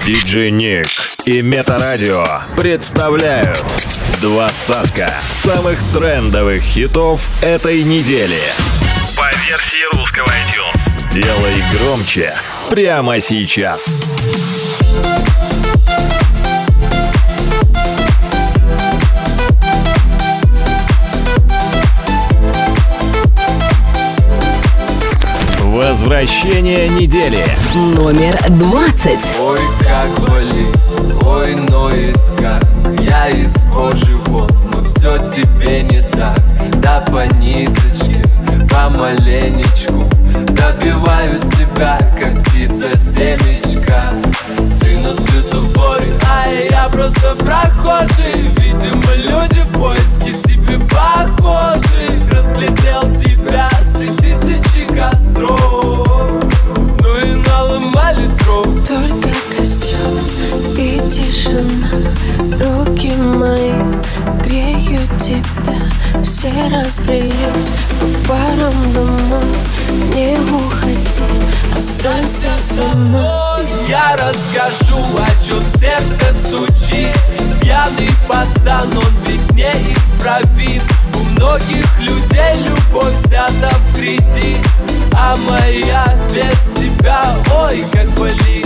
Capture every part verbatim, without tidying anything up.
диджей Ник и Метарадио представляют двадцатка самых трендовых хитов этой недели по версии русского iTunes. Делай громче прямо сейчас. Возвращение недели. Номер двадцать. Ой, как болит, ой, ноет как. Я из кожи вон, но все тебе не так. Да по ниточке, помаленечку добиваюсь тебя, как птица семечка. Ты на светофоре, а я просто прохожий. Видимо, люди в поиске себе похожих. Разглядел тебя среди тысячи костров, ну и наломали дров. Только костер и тишина, руки мои греют тебя. Все разбрелись по парам домой. Не уходи, останься со мной. Я расскажу, о чем сердце стучит. Пьяный пацан, он ведь неисправим. У многих людей любовь взята в кредит, а моя без тебя, ой, как болит.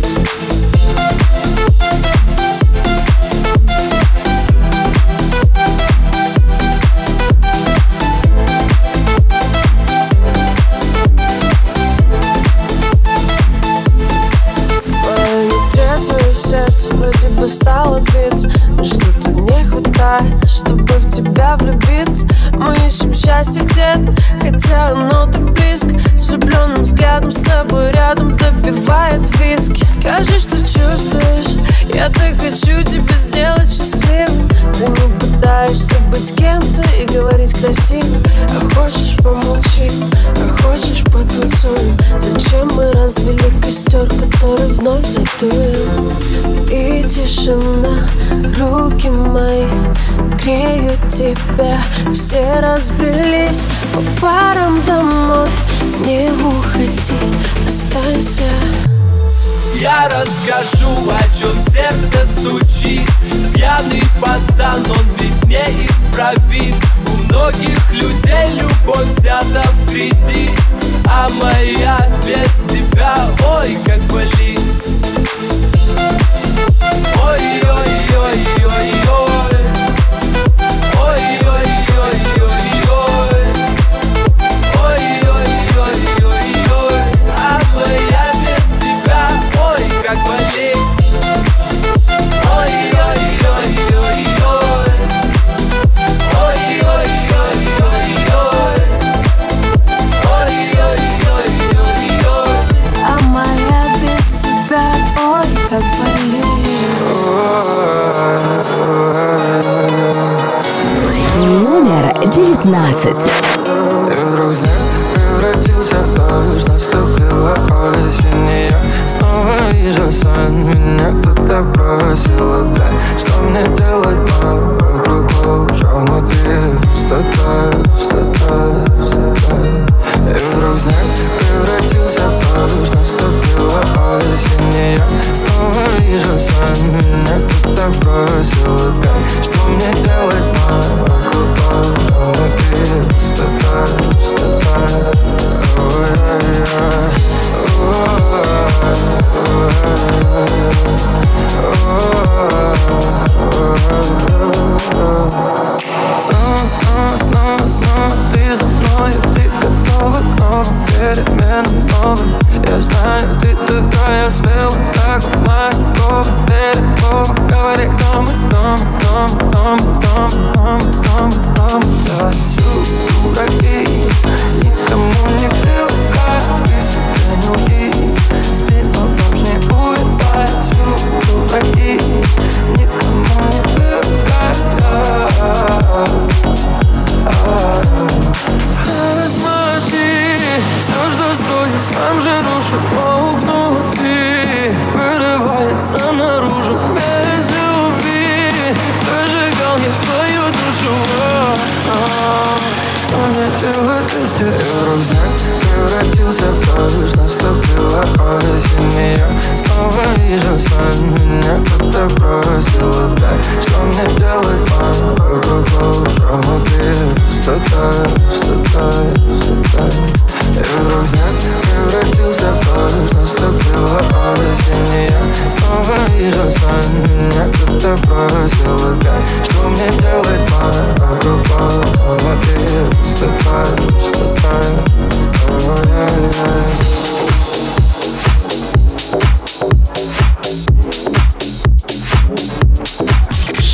Сердце вроде бы стало биться, но что-то не хватает, чтобы в тебя влюбиться. Мы ищем счастье где-то, хотя оно так близко. С влюбленным взглядом с тобой рядом добивает виски. Скажи, что чувствуешь, я так хочу тебя сделать счастливым. Ты не пытаешься быть кем-то и говорить красиво. А хочешь помолчи, а хочешь потанцуем. Зачем мы развели костер, который вновь задуем? И тишина, руки мои греют тебя. Все разбрелись по парам домой. Не уходи, останься. Я расскажу, о чем сердце стучит. Пьяный пацан, он ведь неисправим. У многих людей любовь взята в кредит, а моя без тебя, ой, как болит. Ой-ой-ой-ой-ой. Ой-ой-ой-ой-ой. Ой-ой-ой-ой-ой. А моя без тебя, ой, как болит. Ой-ой-ой-ой-ой. Ой-ой-ой-ой-ой. Ой-ой-ой-ой-ой. А моя без тебя, ой, как болит. Номер девятнадцать. И вдруг снег превратился в дождь. Наступила осень, и я снова вижу сон. Меня кто-то бросил опять. Что мне делать, но вокруг лужа, внутри пустота, пустота, пустота. И вдруг снег превратился в дождь. Наступила осень, и я снова вижу сон. Меня кто-то бросил опять. Что мне делать, но вокруг лужа, внутри пустота, пустота. Ой-ой-ой. Снова, снова, снова, снова ты за мной. Ты готова к новым переменам новым. Я знаю, ты такая смелая, как моя кова. Берегова, говори, дома, дома, дома, дома, дома, дома, дома, дома. Я всюду дураки, никому не привыкай. Ты себя не лги, спину нож не уебай. Всюду дураки, никому не привыкай. Посмотри, все, что строит, сам же рушит волк внутри. Вырывается наружу без любви. Прожигал я твою душу. Что мне делать, если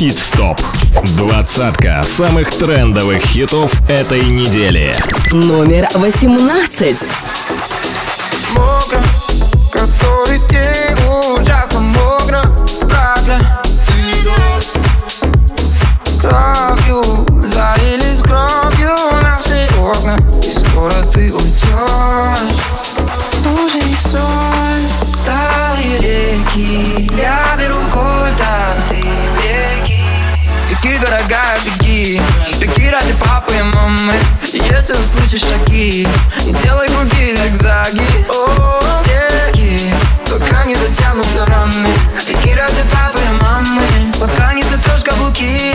Хит-стоп. Двадцатка самых трендовых хитов этой недели. Номер восемнадцать. Мокро, который день ужасно мокро, правда. Кровью залились кровью на все окна, и скоро ты уйдешь. Уже не соль, талые реки, я беру кольт, а ты беги. Беги, дорогая, беги, беги ради папы и мамы. Если услышишь шаги, делай круги, зигзаги. О, беги, пока не затянутся раны. Беги ради папы и мамы, пока не сотрешь каблуки.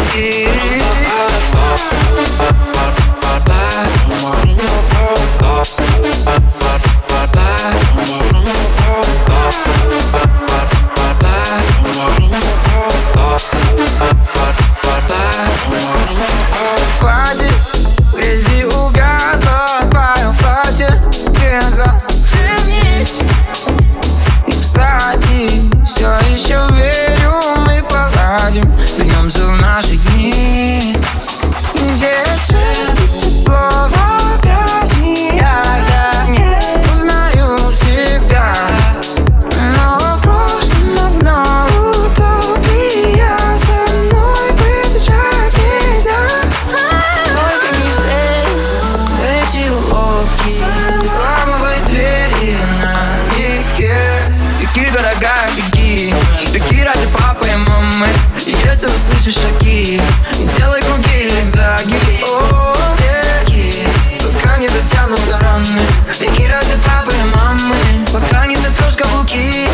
Хватит, в грязи увязла в твоем платье лента. Вернись. И, кстати, все еще верю, мы поладим, вернемся в наши дни. Где свет, тепло в объятиях, я не узнаю себя. Но в прошлом давно утопия, со мной быть сейчас нельзя. Только не верь в эти уловки, взламывай двери на реке. Беги, дорогая, беги, беги ради папы и мамы. Если услышишь шаги, делай круги, зигзаги. О, беги, пока не затянутся раны. Беги ради папы и мамы, пока не затрешь каблуки.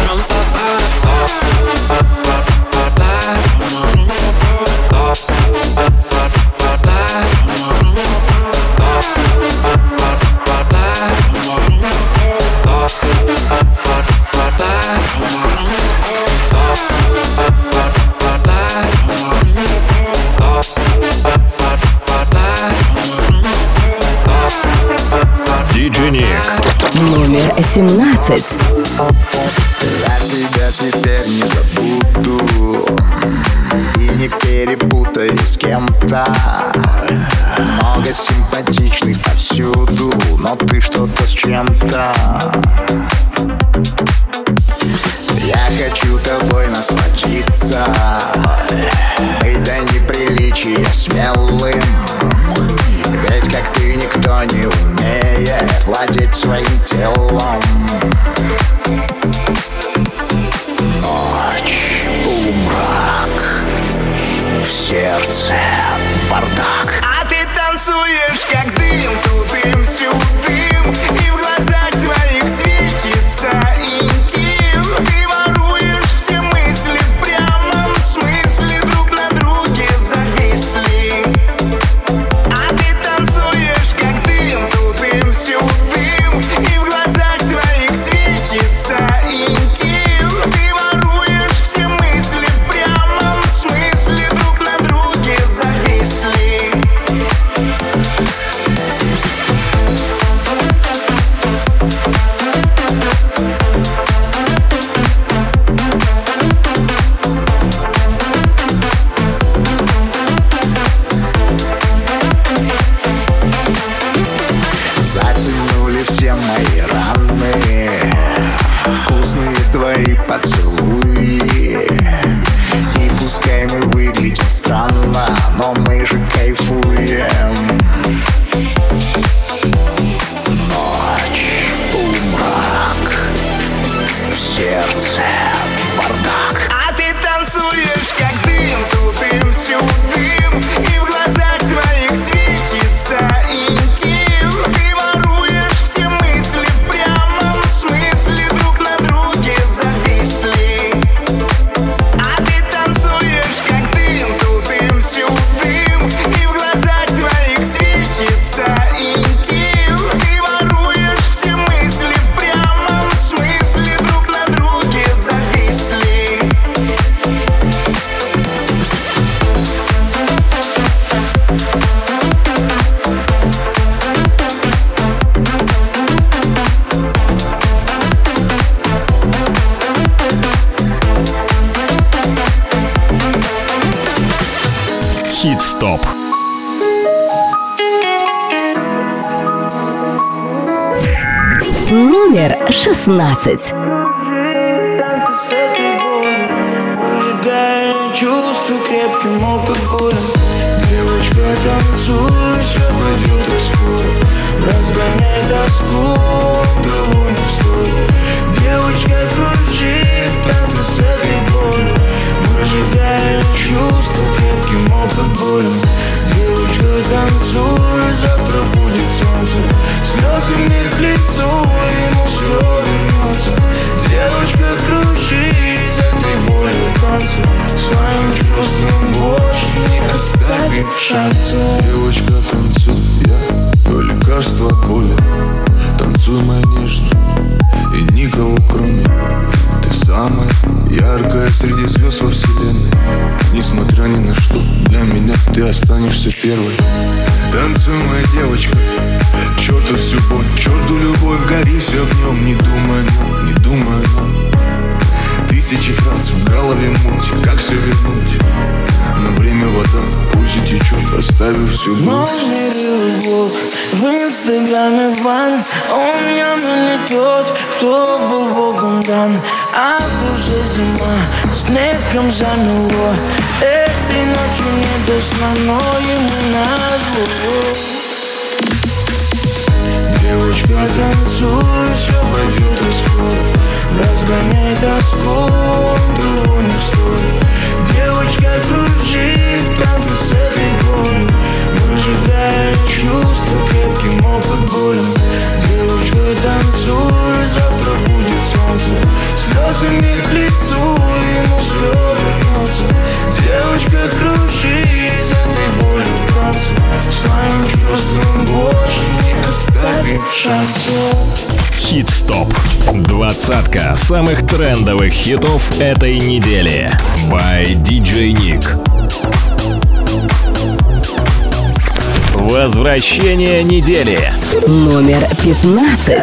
Диджей Ник. Номер семнадцать. Я тебя теперь не забуду и не перепутаю с кем-то. Много симпатичных повсюду, но ты что-то с чем-то. Я хочу тобой насладиться, быть до неприличия смелым. Ведь как ты никто не умеет владеть своим телом. Ночь, полумрак, в сердце бардак. А ты танцуешь как дым, тут сюдым, и в глазах твоих светится интим. Ты воруешь все мысли в прямом смысле, друг на друге зависли. А ты танцуешь как дым, тут сюдым, и в глазах твоих светится интим. Ты воруешь все мысли в прямом смысле, друг на друге зависли. Затянули все мои раны, вкусные твои поцелуи. И пускай мы выглядим странно, но мы же кайфуем. Ночь, полумрак, в сердце бардак. А ты танцуешь как дым, тут сюдым, и в глазах твоих светится интим. Ты воруешь все мысли в прямом смысле, друг на друге зависли. А ты танцуешь как дым, тут сюдым, и в глазах твоих светится интим. Ты воруешь все мысли в прямом смысле, друг на друге зависли. Хит-стоп. Номер шестнадцать. Выжигая чувства крепким алкоголем. Девочка, танцуй, все пойдет как спорт. Разгоняй тоску, того не стоит. Девочка, кружи в танце с этой болью. Выжигая чувства крепким алкоголем. Девочка, танцуй, завтра будет солнце. Слезами к лицу, ему все вернется. Девочка, кружи с этой болью в танце. Своим чувством больше не оставим шанса. Девочка, танцуй, я твое лекарство от боли. Танцуй, моя нежная, и никого кроме. Ты самая яркая среди звезд во вселенной. Несмотря ни на что, для меня ты останешься первой. Танцуй, моя девочка, к черту всю боль, к черту любовь, гори все огнем. Не думай о нем, не думай о нем. Тысячи фраз в голове муть, как все вернуть? Но время вода, пусть и течет, оставив всю боль. Можно любовь в инстаграме в бан. Он явно не тот, кто был богом дан. А в душе зима, снегом замело. Этой ночью не до сна, но ему назло. Девочка, танцуй, все пойдет как спорт. Разгоняй тоску, того не стоит. Девочка, кружи в танце с этой болью. Выжигая чувства крепким алкоголем. Девочка, танцуй, завтра будет солнце. Слезами к лицу, ему все вернется. Девочка, кружи с этой болью в танце. Своим чувством больше не оставим шанса. Хит-стоп. Двадцатка самых трендовых хитов этой недели. By ди джей Nick. Возвращение недели. Номер пятнадцать.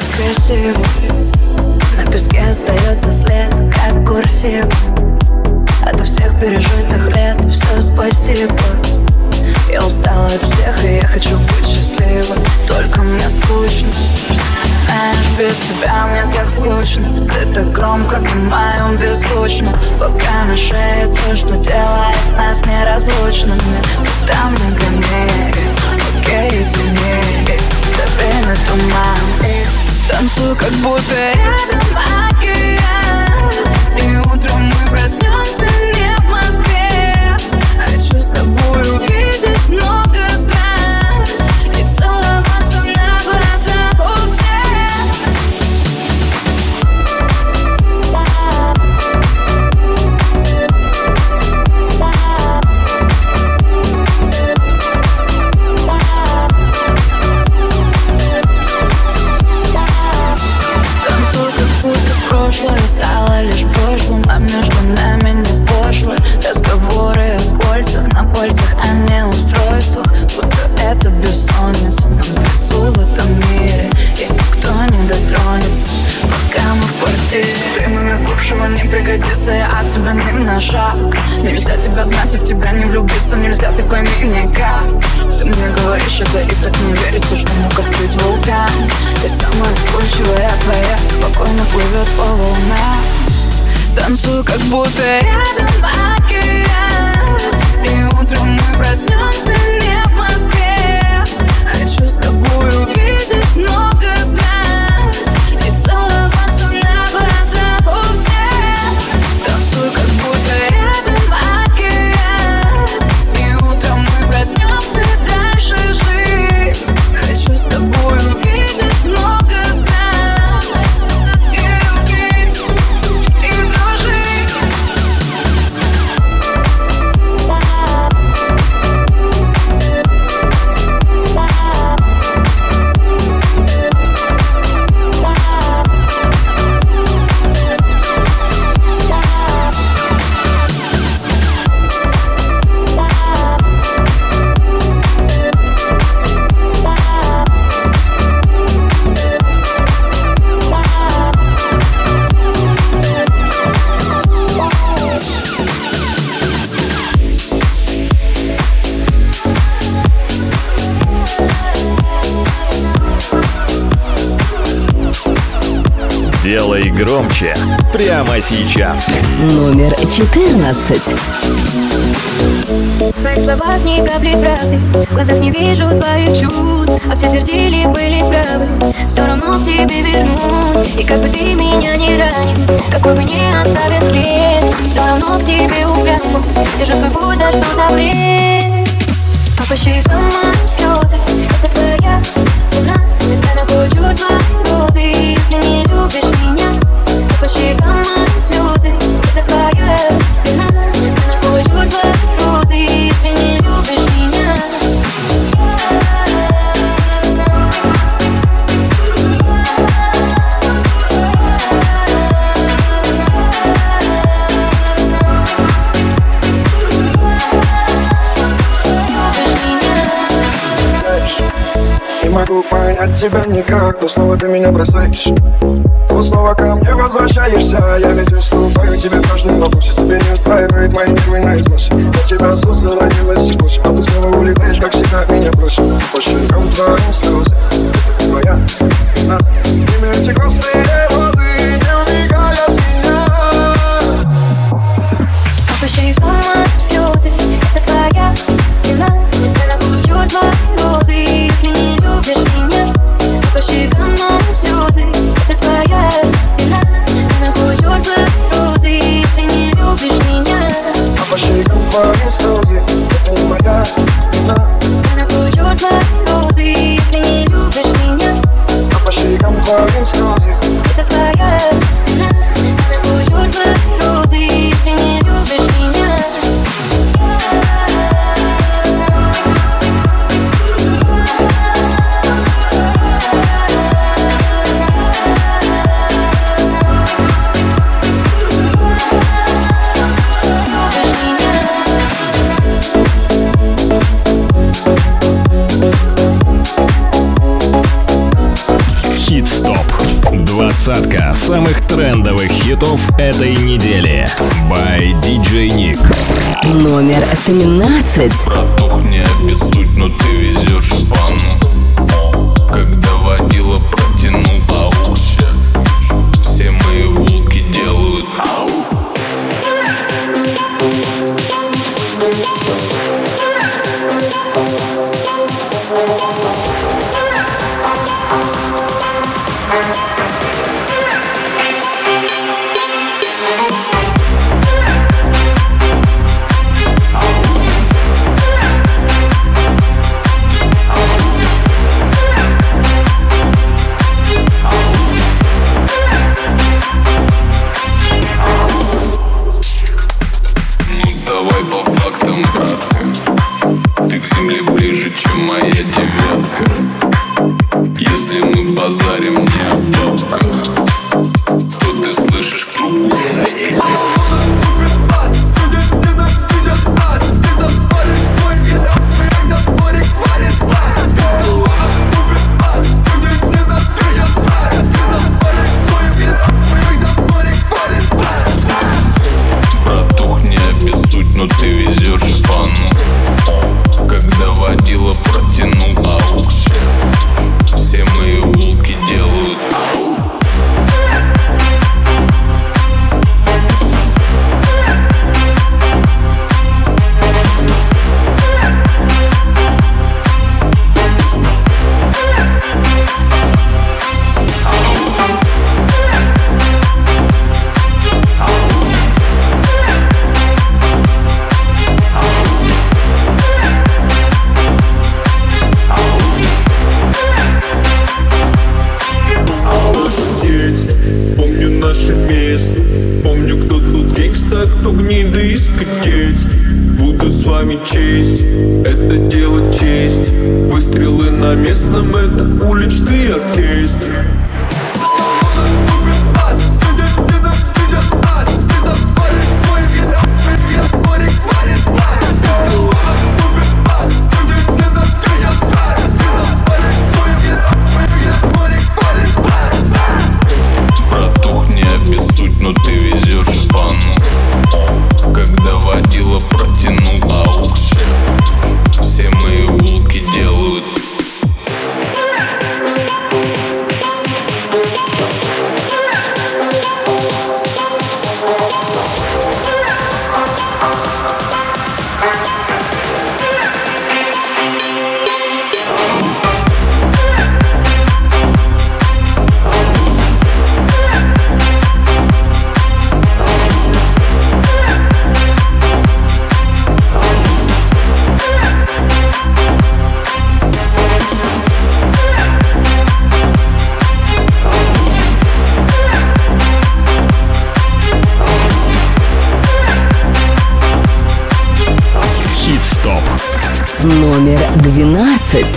На песке остается след, как курсив. Ото всех пережитых лет все спасибо. Я устала от всех, и я хочу быть счастливой. Только мне скучно. Знаешь, без тебя мне так скучно. Ты так громко на моем беззвучно. Пока на шее то, что делает нас неразлучными. Ты там на гоне, окей, извини. За время туман и танцую, как будто рядом океан. И утром мы проснемся не в Москве. Хочу с тобой увидеть много стран и целоваться на глазах у всех. Танцуй, как будто прошлое стало лишь прошлым, а между нами не пошлые разговоры о кольцах, на пальцах, а не устройствах. Будто это бессонница нам к лицу в этом мире, и никто не дотронется, пока мы в квартире. Ты номер бывшего не пригодится, я от тебя ни на шаг. Нельзя тебя знать и в тебя не влюбиться, нельзя, ты пойми никак. Ты мне говоришь это и так не верится, что мог остыть вулкан. И самая вспыльчивая твоя спокойно плывет по волнам. Танцую, как будто рядом океан. И утром мы проснемся не в Москве. Хочу с тобой увидеть много стран и целоваться на глазах у всех. Танцую, как будто рядом океан. И утром мы проснемся дальше жить. Хочу с тобой увидеть много стран и любить, и дружить. громче прямо сейчас. Номер четырнадцать. В твоих словах ни капли правды, в глазах не вижу твоих чувств, а все твердили, были правы. Все равно к тебе вернусь, и как бы ты меня не ранил, какой бы ни оставил след, все равно к тебе упрямо держу свой путь, да что за бред. А по щекам моим слезы, это твоя цена, я накручу твои розы, если не любишь меня. А по щекам моим слезы, это твоя вина, я накручу твои розы, если не любишь меня. Не могу понять тебя никак, то снова ты меня бросаешь, то снова ко мне возвращаешься. Я ведь уступаю тебе в каждом вопросе, тебе не устраивает мои нервы на износе. Я тебя создал, родилась и больше, а ты снова улетаешь, как всегда меня бросишь. По щекам твоим слезы, это твоя вина. Имя эти грустные розы не убегай от меня. А по щекам моим слезы, это твоя вина, я накручу твои розы, если не любишь меня. А по щекам моим слезы, это твоя вина, я накручу твои розы, если не любишь меня. А по щекам твоим слезы, это не моя вина, я накручу твои розы, если не любишь меня. а по щекам твоим слезы, это твоя вина, я накручу твои розы, если не любишь меня. Хит-стоп. Двадцатка самых трендовых хитов этой недели. By ди джей Nick. Номер тринадцать. Братух, не обессудь, но ты везешь пану. Когда водила протянул аукс, все мои волки делают ау. Чем моя девятка. Если мы базарим не о бабках, то ты слышишь в трубку. Братух, не обессудь, но ты везешь пану. Когда водила протянул аукс, все мои волки делают ау. Буду с вами честь, это дело честь. Выстрелы на местном, это уличный оркестр. Братух, не обессудь, но ты везешь пану. Когда водила протянул аукс, все мои волки делают. Номер двенадцать.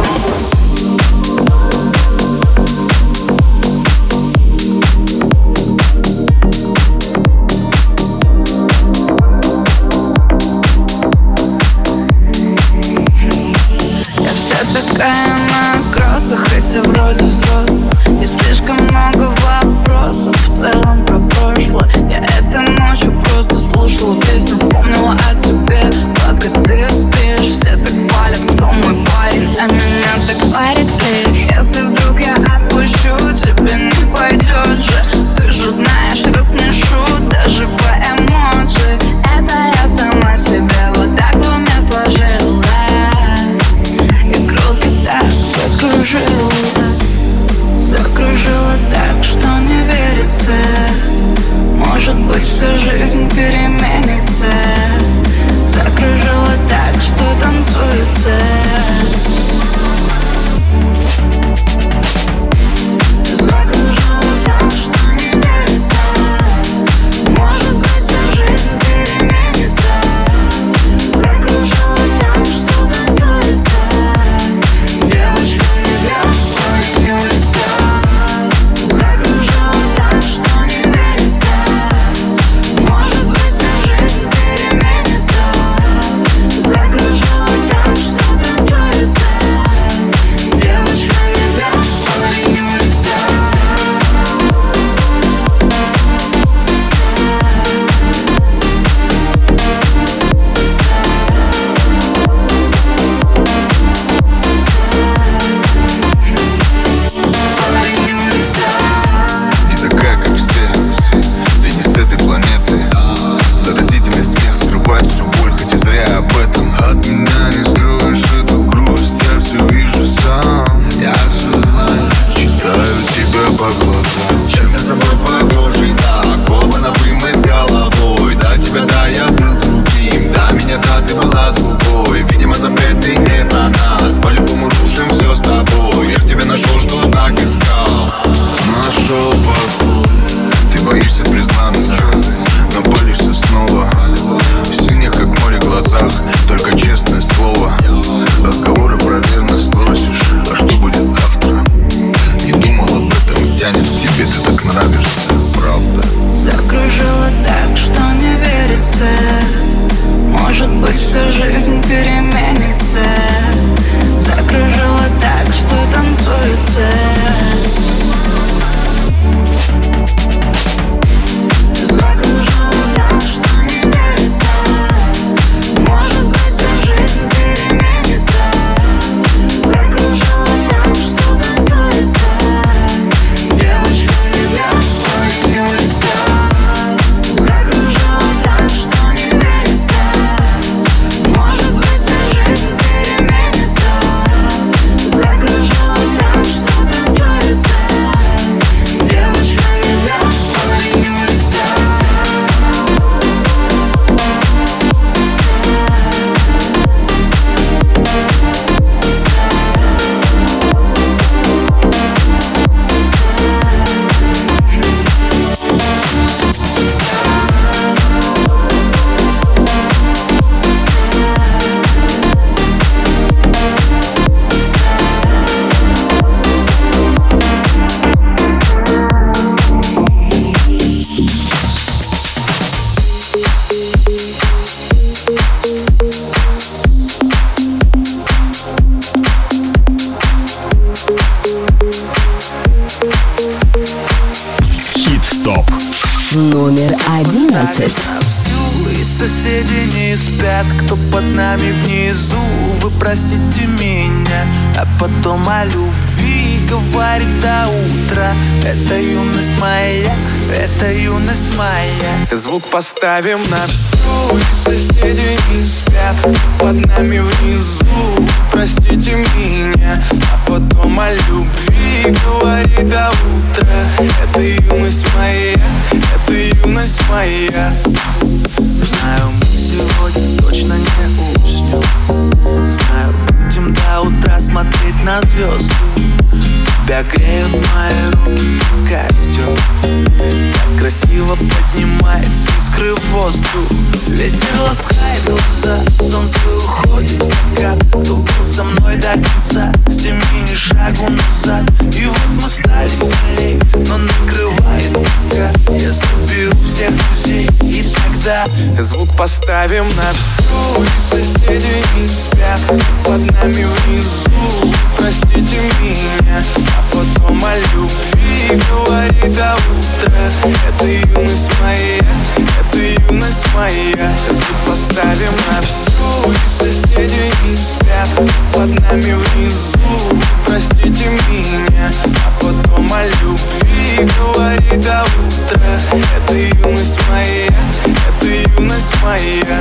Такая на кроссах, хотя вроде взрослый. И слишком много вопросов в целом про прошлое. Я этой ночью просто слушала песню, вспомнила о тебе. Пока ты спишь, все так палят, кто мой парень, а меня так парит лишь. Если вдруг я отпущу, тебе не пойдет же. Ты же знаешь, рассмешу даже по эмоджи. Это я сама себя вот так в уме сложила. Закружила, закружила так, что не верится. Может быть, всю жизнь переменится. Закружила так, что танцуется. Закружила так, что не верится. Может быть, всю жизнь переменится. Закружила так, что танцуется. Девочка, закружила так, что не верится. Может быть, вся жизнь переменится. Закружила так, что танцуется. Девочка, меня половину лица. Номер одиннадцать. И соседи не спят, кто под нами внизу. Вы простите меня, а потом о любви говорит до утра. Это юность моя, это юность моя. Звук поставим на всю. И соседи не спят, кто под нами внизу. Простите меня, а потом о любви говорит до утра. Это юность моя, это юность моя. Знаю, мы сегодня точно не уснем. Знаю, будем до утра смотреть на звезды. Тебя греют мои руки, костер. Так красиво красиво поднимает искры в воздух. Ветер ласкает глаза, солнце уходит в закат. Кто был со мной до конца, с теми ни шагу назад. И вот мы стали сильней, но накрывает тоска. Я соберу всех друзей, и тогда звук поставим на всю. Соседи не спят под нами внизу. Простите меня, а потом о любви говори до утра. Это юность моя, это юность моя. Звук поставим на всю. Соседи не спят под нами внизу. Простите меня, а потом о любви говори до утра. Это юность моя, это юность моя.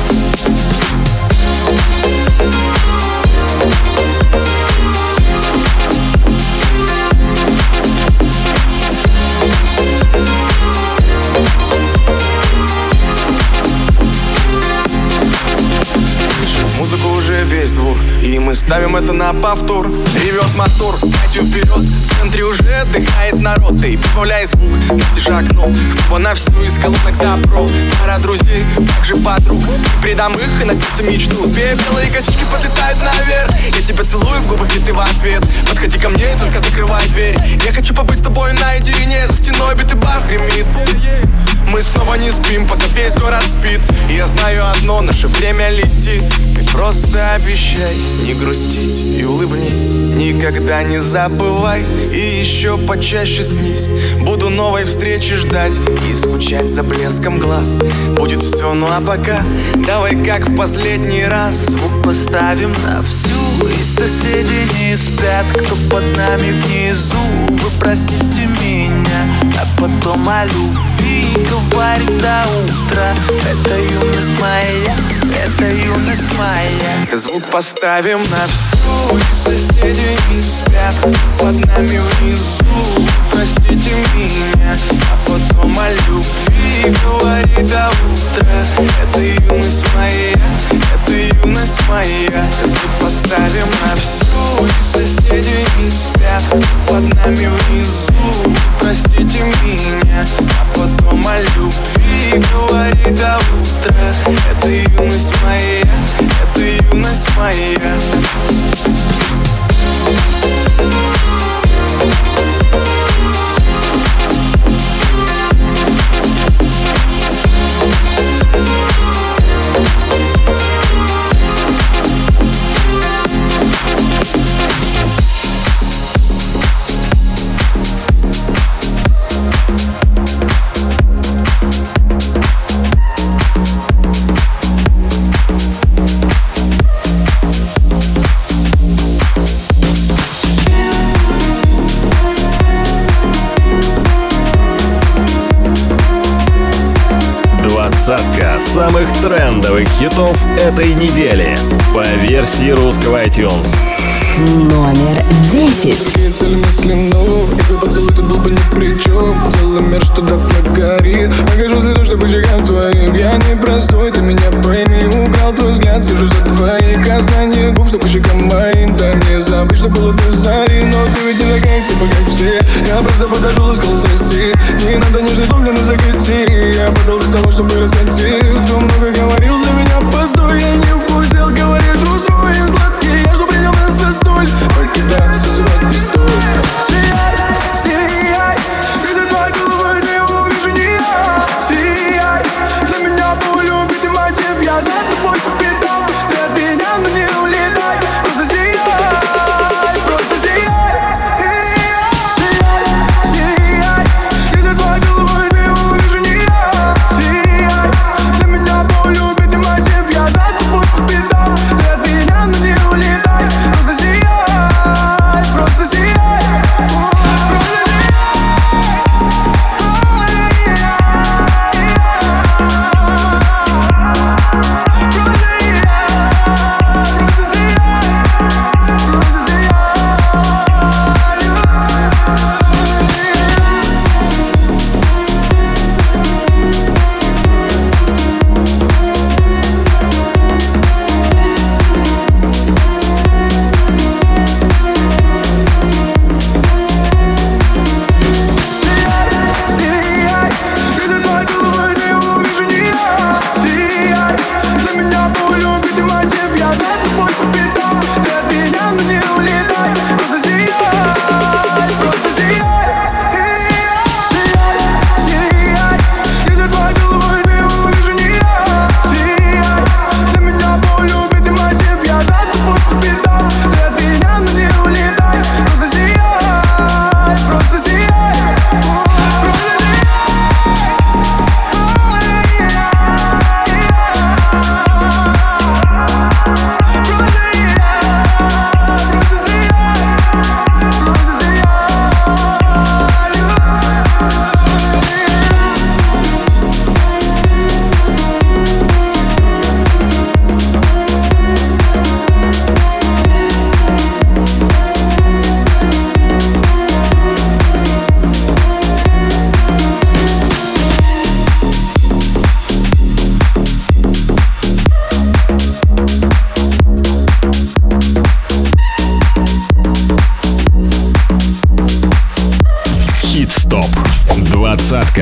Музыку уже весь двор, и мы ставим это на повтор. Ревет мотор, дайте вперед. В центре уже отдыхает народ. Ты прибавляй звук, настежь окно. Снова на всю из колонок добро. Пара друзей, также подруг. Передам их и на сердце мечту. Две белые косички подлетают наверх. Я тебя целую в губы, и ты в ответ. Подходи ко мне и только закрывай дверь. Я хочу побыть с тобой наедине. За стеной битый бас гремит. Мы снова не спим, пока весь город спит. И я знаю одно, наше время летит. Ты просто обещай не грустить и улыбнись. Никогда не забывай и еще почаще снись. Буду новой встречи ждать и скучать за блеском глаз. Будет все, ну а пока давай как в последний раз. Звук поставим на всю, и соседи не спят, кто под нами внизу. Вы простите меня, а потом о любви говорит до утра. Это юность моя, это юность моя. Звук поставим на всю. Соседи не спят под нами внизу. Простите меня, а потом о любви говорит до утра. Это юность моя, это юность моя. Звук поставим на всю. Соседи не спят под нами внизу. Простите меня, а потом о любви говорит до утра. Это юность моя, это юность моя. Двадцатка самых трендовых хитов этой недели по версии русского iTunes. Номер десять. Цель мысли, ну, и твой поцелуй тут был бы ни при чем. Целый мир что-то горит. Нахожу слезу, что по щекам твоим. Я не простой, ты меня пойми. Украл твой взгляд, сижу за твои касания губ, что по щекам моим. Да не забыть, что было до зари. Но ты ведь не такая, типа как все. Я просто подошел и сказал здрасте. Не надо нежный дом, на закати. Я подал для того, чтобы раскатить. Кто много говорил за меня, постой. Я не вкусил, говоришь, усвой сладкий. Я жду принял нас за столь. Покидай, сосывать не стоит. Сияй, сияй. Где твой голубой, ты его вижу не я. Сияй, за меня полюбит и мотив. Я за тобой по пятам. Ты от меня, но не улетай. Просто сияй, просто сияй. Сияй, сияй. Где твой голубой, ты его вижу не я. Сияй, за меня полюбит и мотив. Я за тобой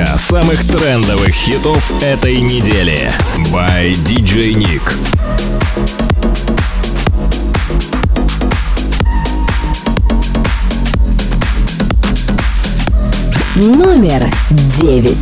Двадцатка самых трендовых хитов этой недели. By ди джей Nick. Номер девять.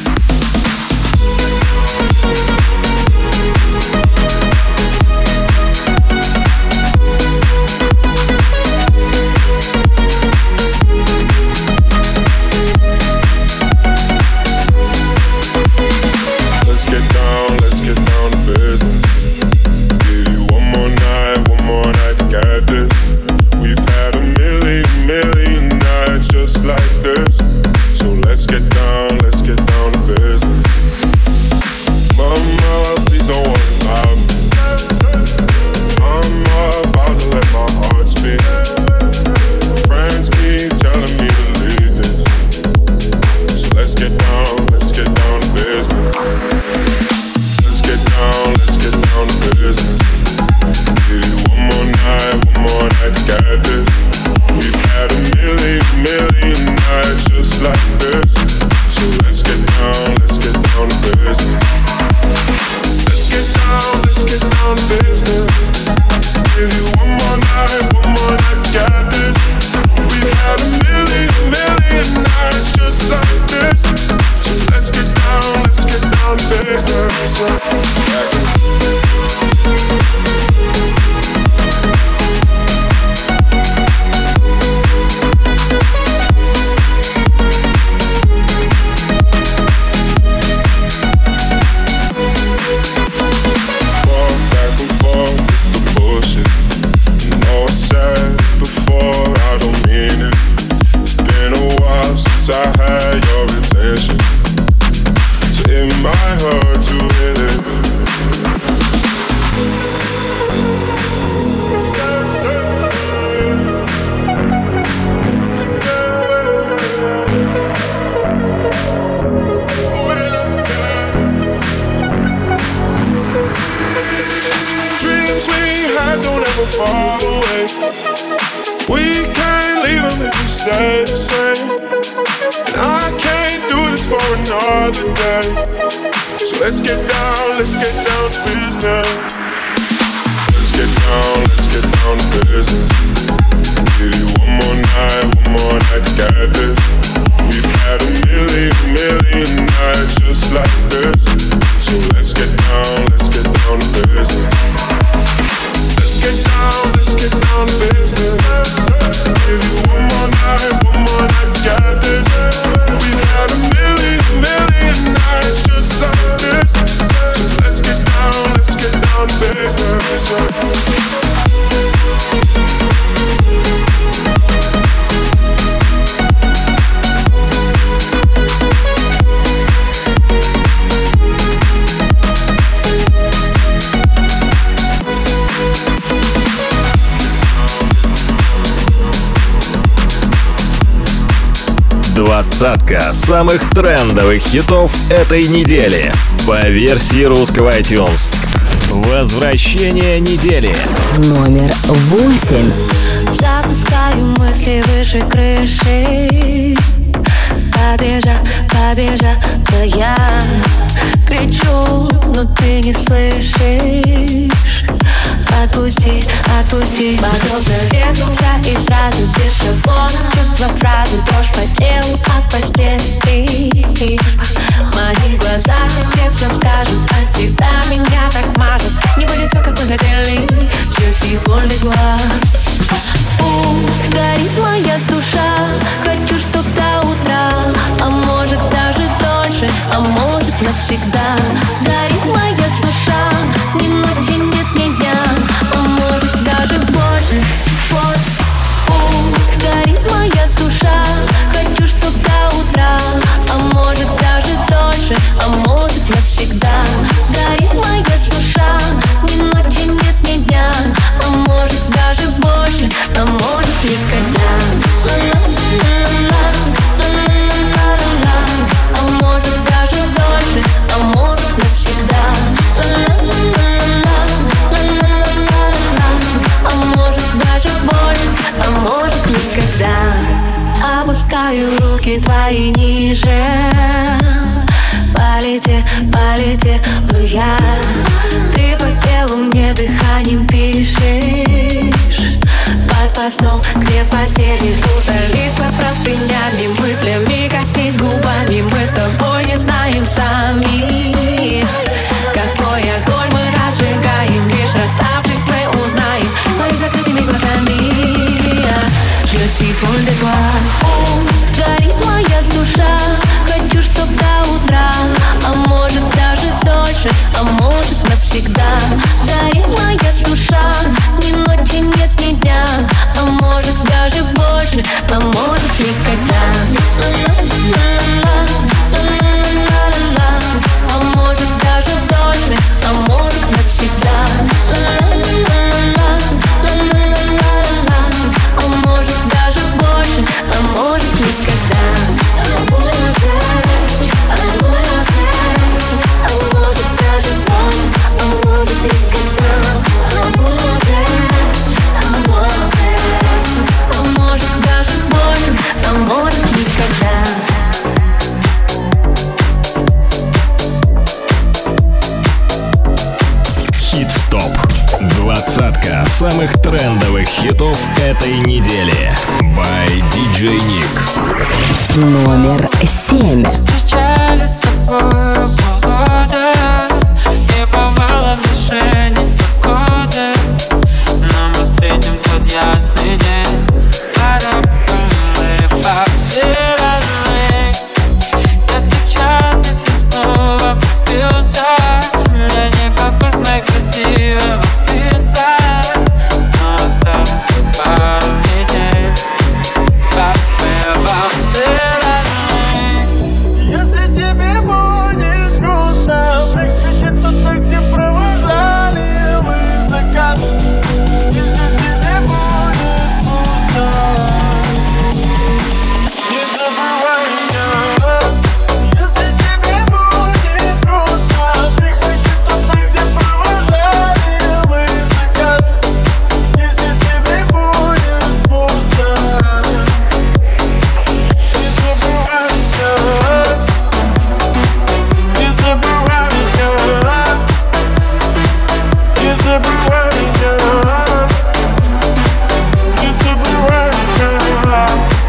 Двадцатка самых трендовых хитов этой недели по версии русского iTunes. Возвращение недели. Номер восемь. Запускаю мысли выше крыши. Побежа, побежа, да я кричу, но ты не слышишь. Отпусти, отпусти. Подобно ветру и сразу без шаблона. Чувства фразы, дрожь по телу от постели. Мои глаза тебе все скажут, от тебя меня так мажут. Не будет все, как мы хотели. Je suis folle de toi. Пусть горит моя душа. Хочу, чтоб до утра, а может даже дольше, а может навсегда. Горит моя душа, ни ночи нет, ни дня, а может даже больше. Пусть горит моя душа. Хочу, чтоб до утра, а может даже дольше, а может навсегда. Горит моя душа, ни ночи нет, ни дня, а может даже больше, а может никогда. А может даже дольше, а может навсегда. А может даже больше, а может никогда. Опускаю руки твои ниже. полете, полетела я. Ты по телу мне дыханием пишешь. Под постом, где в постели утолись под простынями, мыслями коснись губами. Мы с тобой не знаем сами, какой огонь мы разжигаем. Лишь расставшись мы узнаем своими закрытыми глазами. Je suis folle de toi. Пусть горит моя душа, хочу, чтоб до утра, а может даже дольше, а может навсегда. Горит моя душа, ни ночи нет, ни дня, а может даже больше, а может никогда. А может даже дольше, а может навсегда. А может даже больше, а может никогда. А может даже больше, а может никогда. А может даже больше, а может никогда. Хит-стоп. Двадцатка самых трендовых хитов этой недели. By ди джей Nick. Номер семь. Встречались с тобой полгода, и бывало в душе не в покое. Но мы встретим тот ясный день, параболы победы. Я так счастлив и снова влюбился. Я не похож на красивого принца, но осталось пару недель, победы. Если тебе будет грустно, приходи туда, где провожали мы закат. Если тебе будет пусто, не забывай меня. Если тебе будет грустно, приходи туда, где провожали мы закат. Если тебе будет пусто, не забывай меня. Не забывай меня. Не забывай меня. Не забывай меня.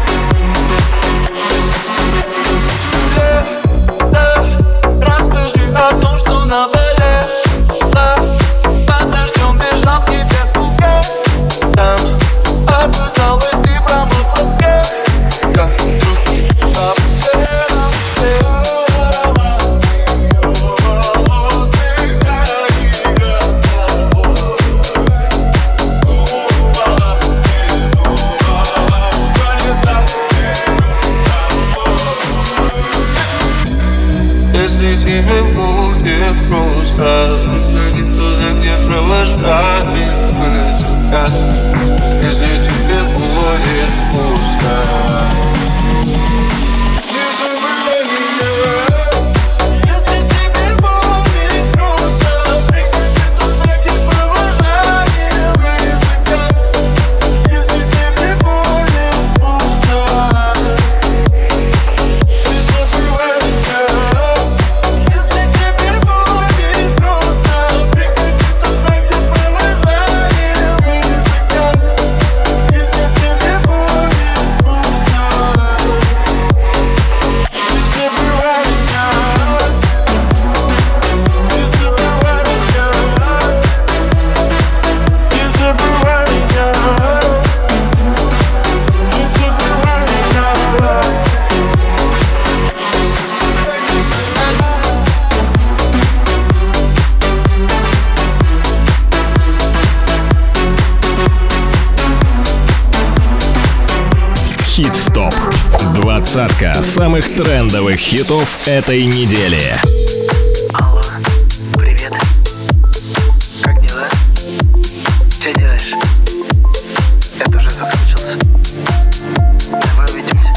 Лето, расскажи о том, что наболело. Под дождем бежал к тебе с букетом. Отвязалась, ты промокла с кем? Как руки обделала. Если тебе будет грустно, приходи туда, где провожали мы закат. Если тебе будет пусто, не забывай меня. Если тебе будет грустно, приходи туда, где провожали мы закат. Если тебе будет пусто, не забывай меня. Если тебе будет грустно, приходи туда, где провожали мы закат. Если тебе будет пусто, не забывай меня. Не забывай меня. Не забывай меня. Не забывай меня. Хит-стоп. Двадцатка самых трендовых хитов этой недели. Алло, привет. Как дела? Что делаешь? Я тоже соскучился. Давай увидимся.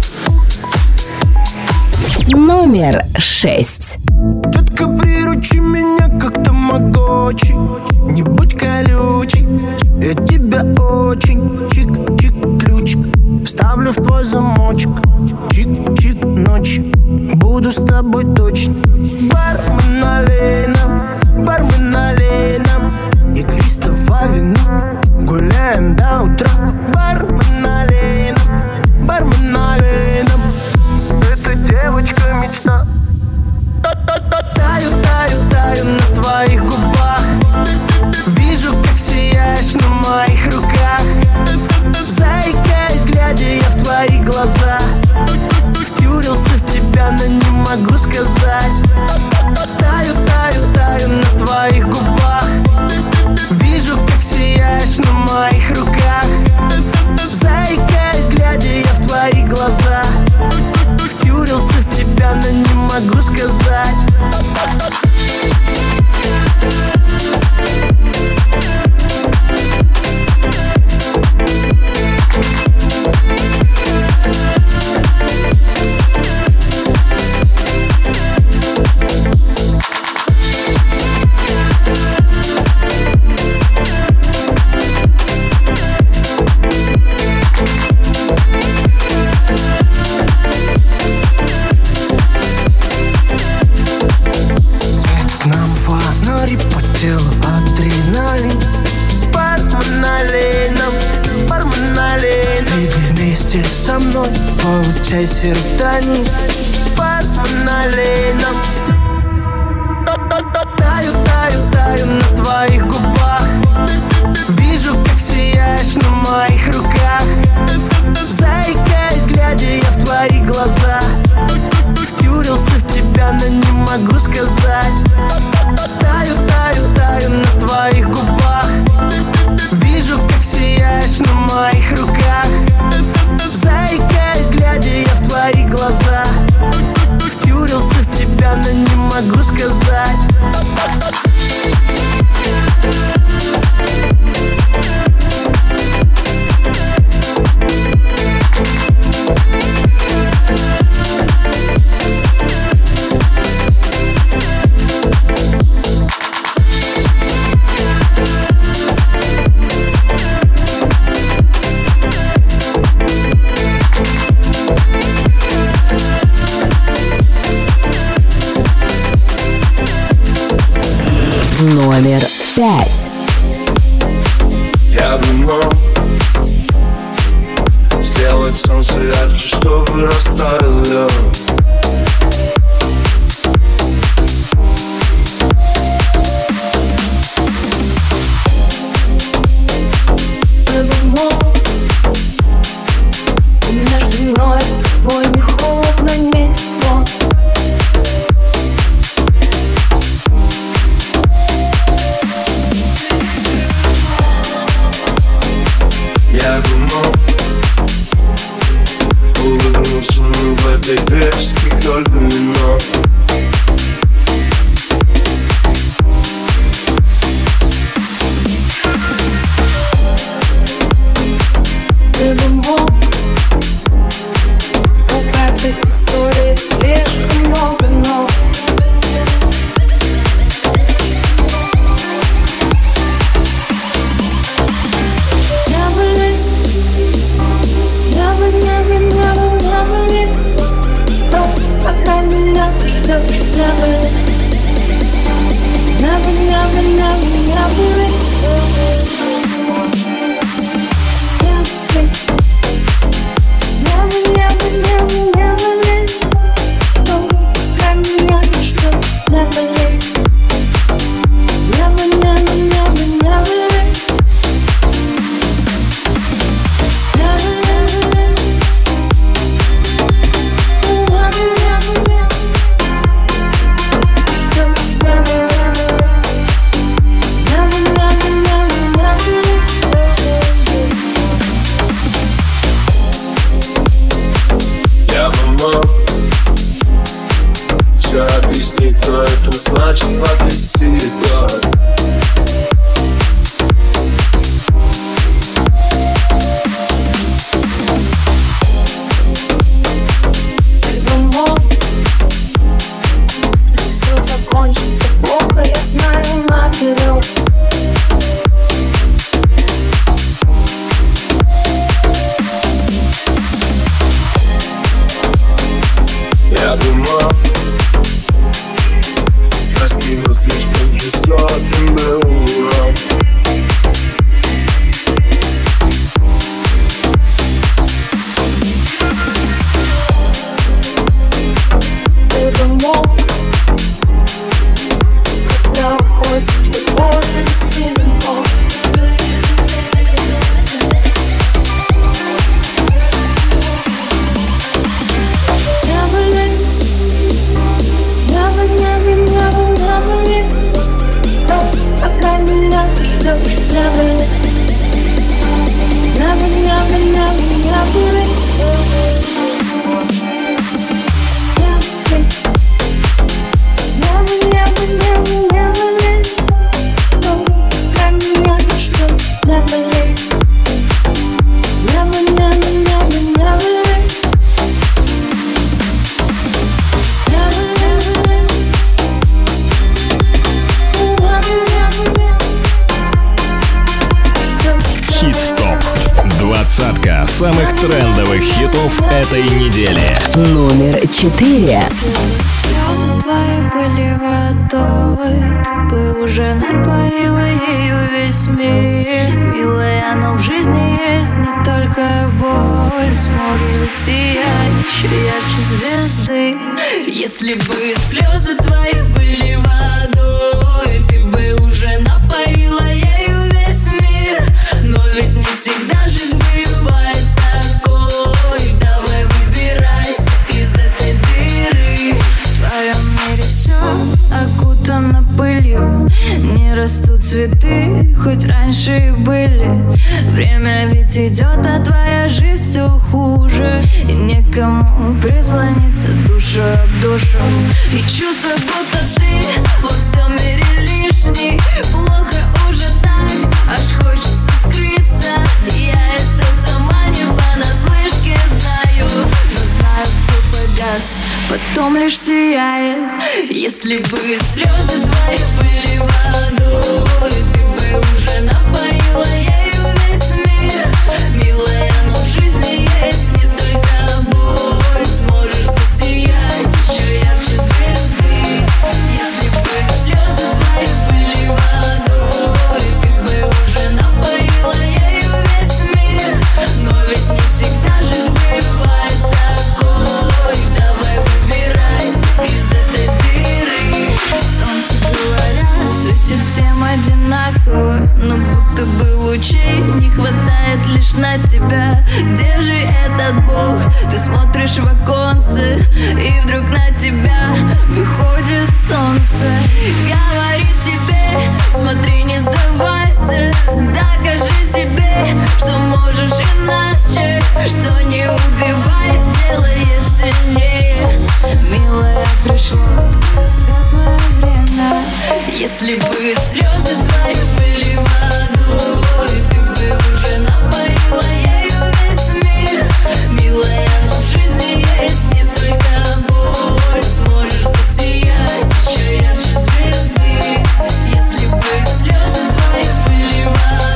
Номер шесть. Детка, приручи меня как тамагочи. Не будь колючий, я тебя очень чик-чик-ключик. Встал Ставлю в твой замочек, чик-чик ночь, буду с тобой точно. Бармен налей нам, бармен налей нам игристого вина, гуляем до утра. Бармен налей нам, бармен налей нам, эта девочка мечта. Таю, таю, таю на твоих губах, вижу, как сияешь на моих руках. Заикаясь, глядя я в твои глаза, втюрился в тебя, но не могу сказать. Таю, таю, таю на твоих губах, вижу, как сияешь на моих руках. Заикаясь, глядя я в твои глаза, втюрился в тебя, но не могу сказать. Адреналин, бармен налей нам, бармен налей нам. Двигай вместе со мной, получай серотонин, бармен налей нам. Таю, таю, таю на твоих губах, вижу, как сияешь на моих руках. Заикаясь, глядя я в твои глаза, втюрился в тебя, но не могу сказать. Таю, таю, таю на твоих губах, вижу, как сияешь на моих руках. Заикаясь, глядя я в твои глаза, втюрился в тебя, но не могу сказать. Номер пять. Я бы мог сделать солнце ярче, чтобы растаял лед. Я бы мог, между мной и тобой не холодно, не тепло. Я бы мог улыбнуться, но в этой песне только вино. Ты бы мог в этой истории слишком много, но все объяснить, но это значит подвести итог. все закончится плохо, я знаю наперед. самых трендовых хитов этой недели. Номер четыре. Слезы твои были водой, ты бы уже напоила ею весь мир. Милая, но в жизни есть не только боль. Сможешь засиять еще ярче звезды. Если бы слезы твои были водой, ты бы уже напоила ею весь мир. Но ведь не всегда жизнь бывает такой. Давай выбирайся из этой дыры. В твоем мире все окутано пылью. Не растут цветы, хоть раньше и были. Время ведь идет, а твоя жизнь все хуже. И некому прислониться душу об душу. И чувство, будто ты во всем мире лишний. Плохо уже так, аж хочется скрыться. Я это сама не понаслышке знаю. Но знаю, кто погас, потом лишь сияет. Если бы слезы твои были водой, ты бы уже напоила ею весь мир. Милая, но в жизни есть не только боль. Сможешь засиять еще ярче звезды. Если бы слезы твои были водой, ты бы уже напоила ею весь мир. Но ведь не всегда жизнь бывает такой. Давай выбирайся из этой дыры. Солнце, говорят, светит всем одинаково, но будто бы лучей не хватает лишь на тебя. Где же этот Бог? Ты смотришь в оконце, и вдруг на тебя выходит солнце. Говорит тебе, смотри, не сдавайся. Докажи себе, что можешь иначе. Что не убивает, делает сильнее. Милая, пришло твое светлое время. Если бы слезы твои были водой, ты бы уже напоила ею весь мир. Милая, но в жизни есть не только боль. Сможешь засиять еще ярче звезды. Если бы слезы твои были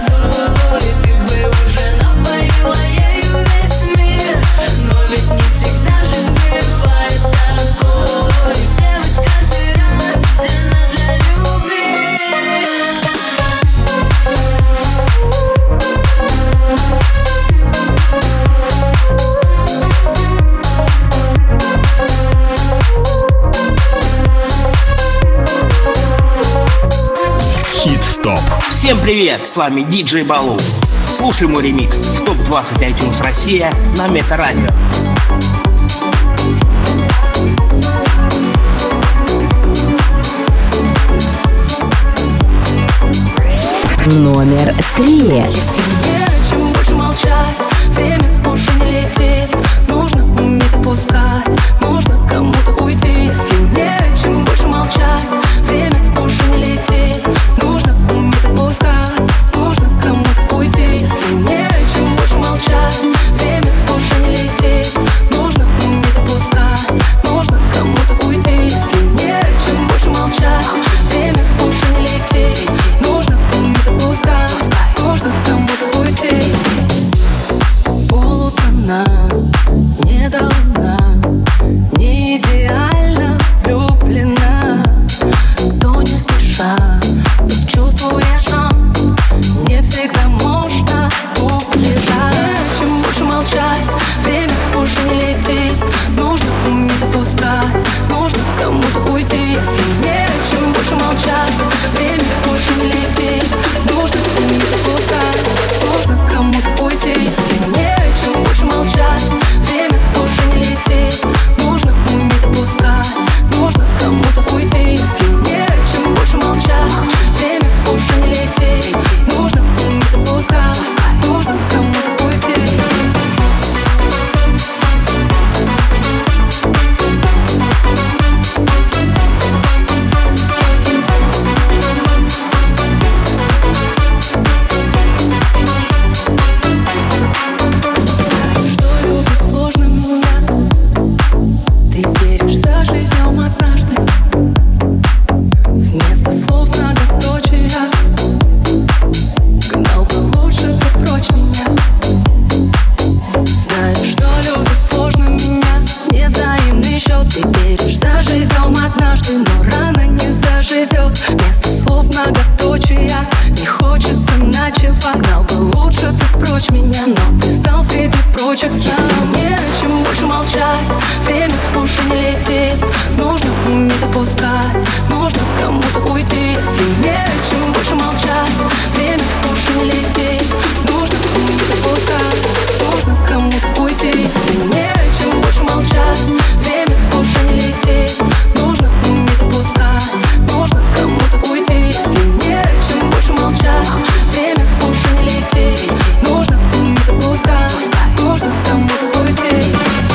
водой, ты бы уже напоила ею весь мир. Но ведь не всегда жизнь бывает такой. Девочка, ты рождена для любви. Хит-стоп. Всем привет, с вами диджей Балу. Слушай мой ремикс в топ двадцать iTunes Россия на Метарадио. Номер три. Чем больше молчать, время уже не летит. Нужно уметь отпускать, можно кому-то уйти. Если не чем больше молчать, время уже не летит. Нужно уметь отпускать, можно кому-то уйти. Если не чем больше молчать, время уже не летит. Нужно уметь отпускать, можно кому-то уйти. Если не чем больше молчать, время уже не летит. Нужно уметь отпускать, можно кому-то живет. Вместо слов многоточия не хочется ночевать. Гнал бы лучше ты прочь меня, но ты стал среди прочих сам. Не о чем больше молчать, время больше не летит. Нужно не запускать, нужно кому-то уйти. Если не о чем больше молчать, время больше не летит. Нужно не запускать, нужно кому-то уйти. Если не о чем больше молчать, время больше не летит. Нужно не запускать, нужно кому-то уйти. Если не о чем больше молчать, время больше не летит. Нужно не запускать, нужно кому-то уйти.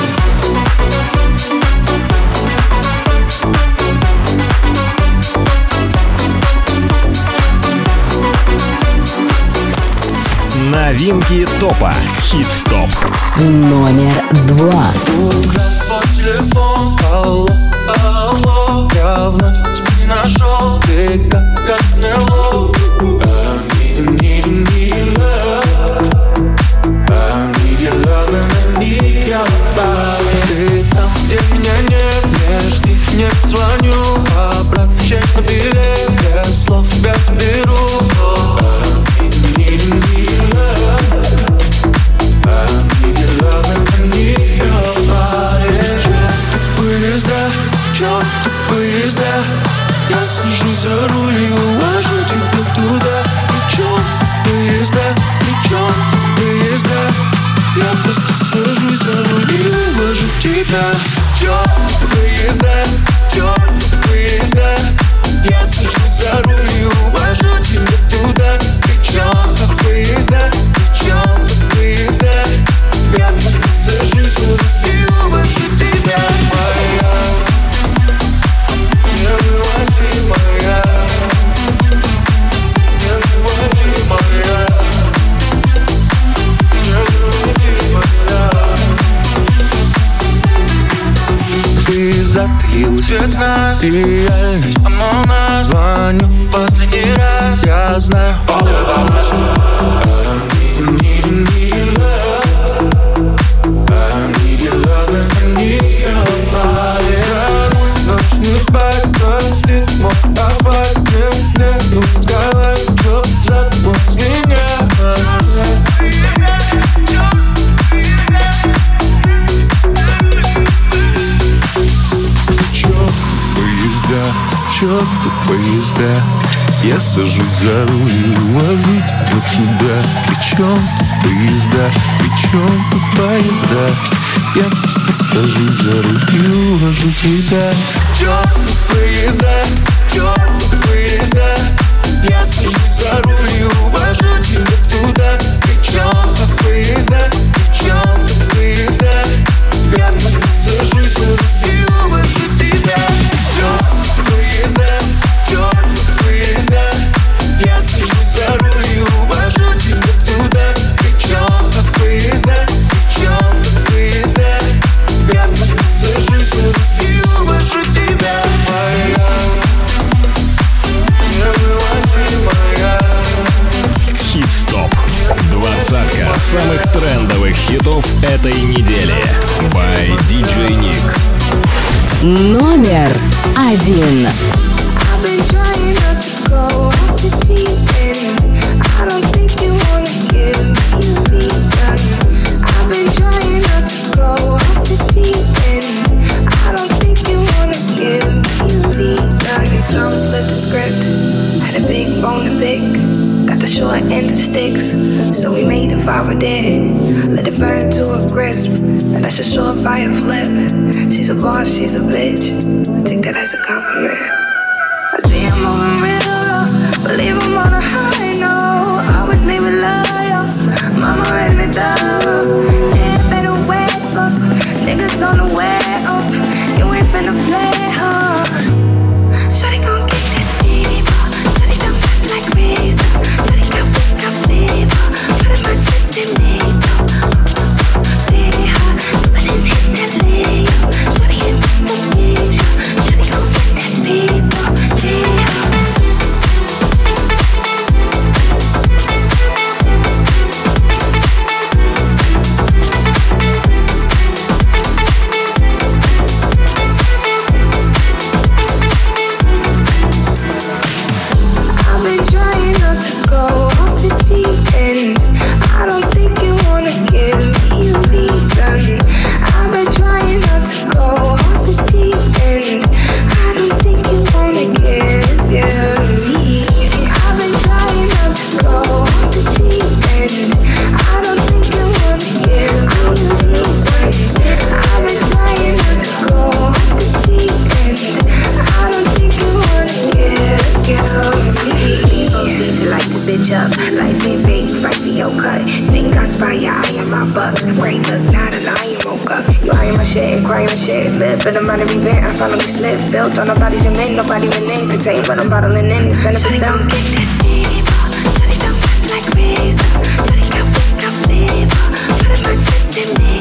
Новинки топа. Хит-стоп. Номер два. Телефон, алло, алло, я вновь тебя не нашел. Ты как, как нело. I need, need, need love. I need your love and I need your body. Ты там, где меня нет, не жди, не позвоню. Обратно чек на билет, без слов тебя заберу. I need, need, need love. I need your love and I need your body. Поезда, чёрт, поезда. Я сажусь за руль и увожу тебя туда. Причём поезда, причём поезда. Я просто сажусь за руль и увожу тебя. Чёрт, поезда, чёрт, поезда. Я сажусь за руль и увожу тебя туда. Причём поезда, причём поезда. Я просто сажусь за руль и увожу тебя. Моя, не вывози, моя, не вывози, моя, не вывози, моя. Ты затаилась от нас, реальность Among Us. Звоню последний раз, я знаю, all about us. I need, need, need love. I need your love and I need your body. За руль, ночь не спать, простит мой асфальт. Нет, нет, ну Skyline, чё за тобой меня? Чёрт, поезда. Я сажусь за руль и увожу тебя туда. Причём тут поезда, причём тут поезда. Я просто сажусь за руль и увожу тебя. Чёрт, поезда, чёрт, поезда. Я сажусь за руль и увожу тебя туда. Причём тут поезда, причём тут поезда. Я просто сажусь за руль и увожу тебя. Чёрт, поезда, чёрт, поезда. Я сажусь за руль и увожу тебя туда. Причём тут поезда, причём тут поезда. Я просто сажусь за руль и увожу тебя. Моя, не вывози, моя. Хит-стоп. Двадцатка самых трендовых хитов этой недели. By ди джей Nick. Номер один. I've been trying not to go out to see you, baby. I don't think you wanna give me a reason. I've been trying not to go out to see you, baby. I don't think you wanna give me a reason. Don't flip the script. Had a big bone to pick. Got the short end of sticks, so we made a fire dead. Let it burn to a crisp, and that's a surefire flip. She's a boss, she's a bitch. I take that as a compliment. I see him moving real low, but leave him on a high note. Always leave it loyal. Mama raised me thorough. Dad better wake up. Niggas on the way up. You ain't finna play hard. Shawty gon' get that fever. Shawty done flip like razor. Shawty got whip, got flavor. Shawty my tits in me. Very hot, but it hit that layup. Shawty hit the beach. Shawty gon' get that fever. up. Life ain't fake, fight for your cut. Think I spy ya, I am my bucks. Great look, not a lie, woke up. You eyeing my shit, crying my shit. Live in the money we been, I follow me slip. Built on nobody's your men, nobody within can take what I'm bottling in. It's benefits down. Get that city ball, shut it up like razor. Shut it up, up city ball. Put my tits in me.